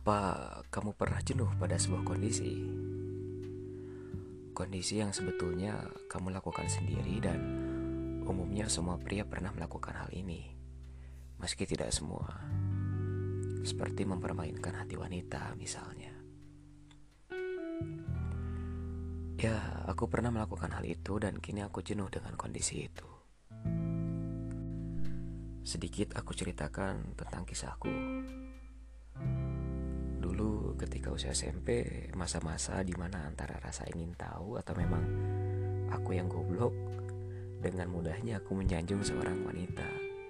Apa kamu pernah jenuh pada sebuah kondisi? Kondisi yang sebetulnya kamu lakukan sendiri dan umumnya semua pria pernah melakukan hal ini. Meski tidak semua. Seperti mempermainkan hati wanita misalnya. Ya, aku pernah melakukan hal itu dan kini aku jenuh dengan kondisi itu. Sedikit aku ceritakan tentang kisahku. Dulu ketika usia SMP, masa-masa dimana antara rasa ingin tahu atau memang aku yang goblok, dengan mudahnya aku menyanjung seorang wanita.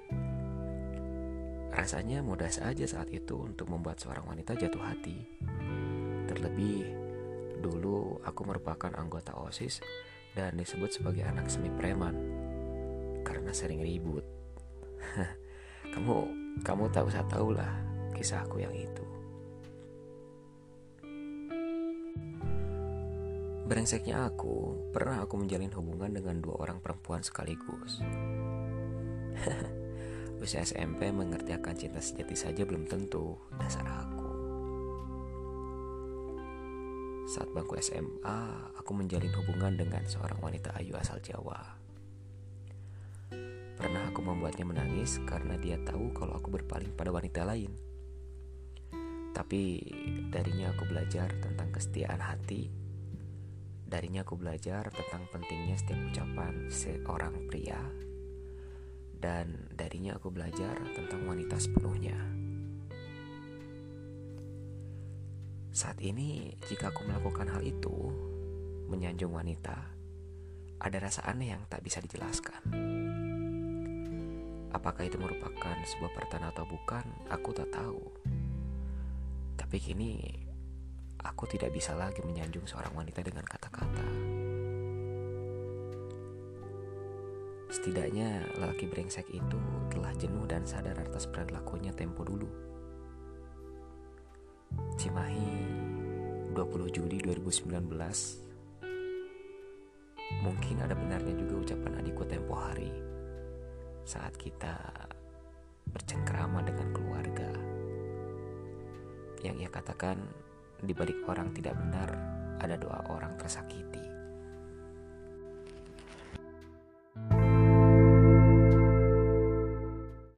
Rasanya mudah saja saat itu untuk membuat seorang wanita jatuh hati. Terlebih, dulu aku merupakan anggota OSIS dan disebut sebagai anak semi preman karena sering ribut. Kamu tahu lah kisahku yang itu. Brengseknya pernah aku menjalin hubungan dengan 2 orang perempuan sekaligus. Usia SMP mengerti akan cinta sejati saja belum tentu dasar aku. Saat bangku SMA, aku menjalin hubungan dengan seorang wanita ayu asal Jawa. Pernah aku membuatnya menangis karena dia tahu kalau aku berpaling pada wanita lain. Tapi darinya aku belajar tentang kesetiaan hati. Darinya aku belajar tentang pentingnya setiap ucapan seorang pria. Dan darinya aku belajar tentang wanita sepenuhnya. Saat ini jika aku melakukan hal itu, menyanjung wanita, ada rasa aneh yang tak bisa dijelaskan. Apakah itu merupakan sebuah pertanda atau bukan, aku tak tahu. Tapi kini aku tidak bisa lagi menyanjung seorang wanita dengan kata-kata. Setidaknya lelaki brengsek itu telah jenuh dan sadar atas perilakunya tempo dulu. Cimahi, 20 Juli 2019. Mungkin ada benarnya juga ucapan adikku tempo hari saat kita bercengkrama dengan keluarga. Yang ia katakan, di balik orang tidak benar ada 2 orang tersakiti.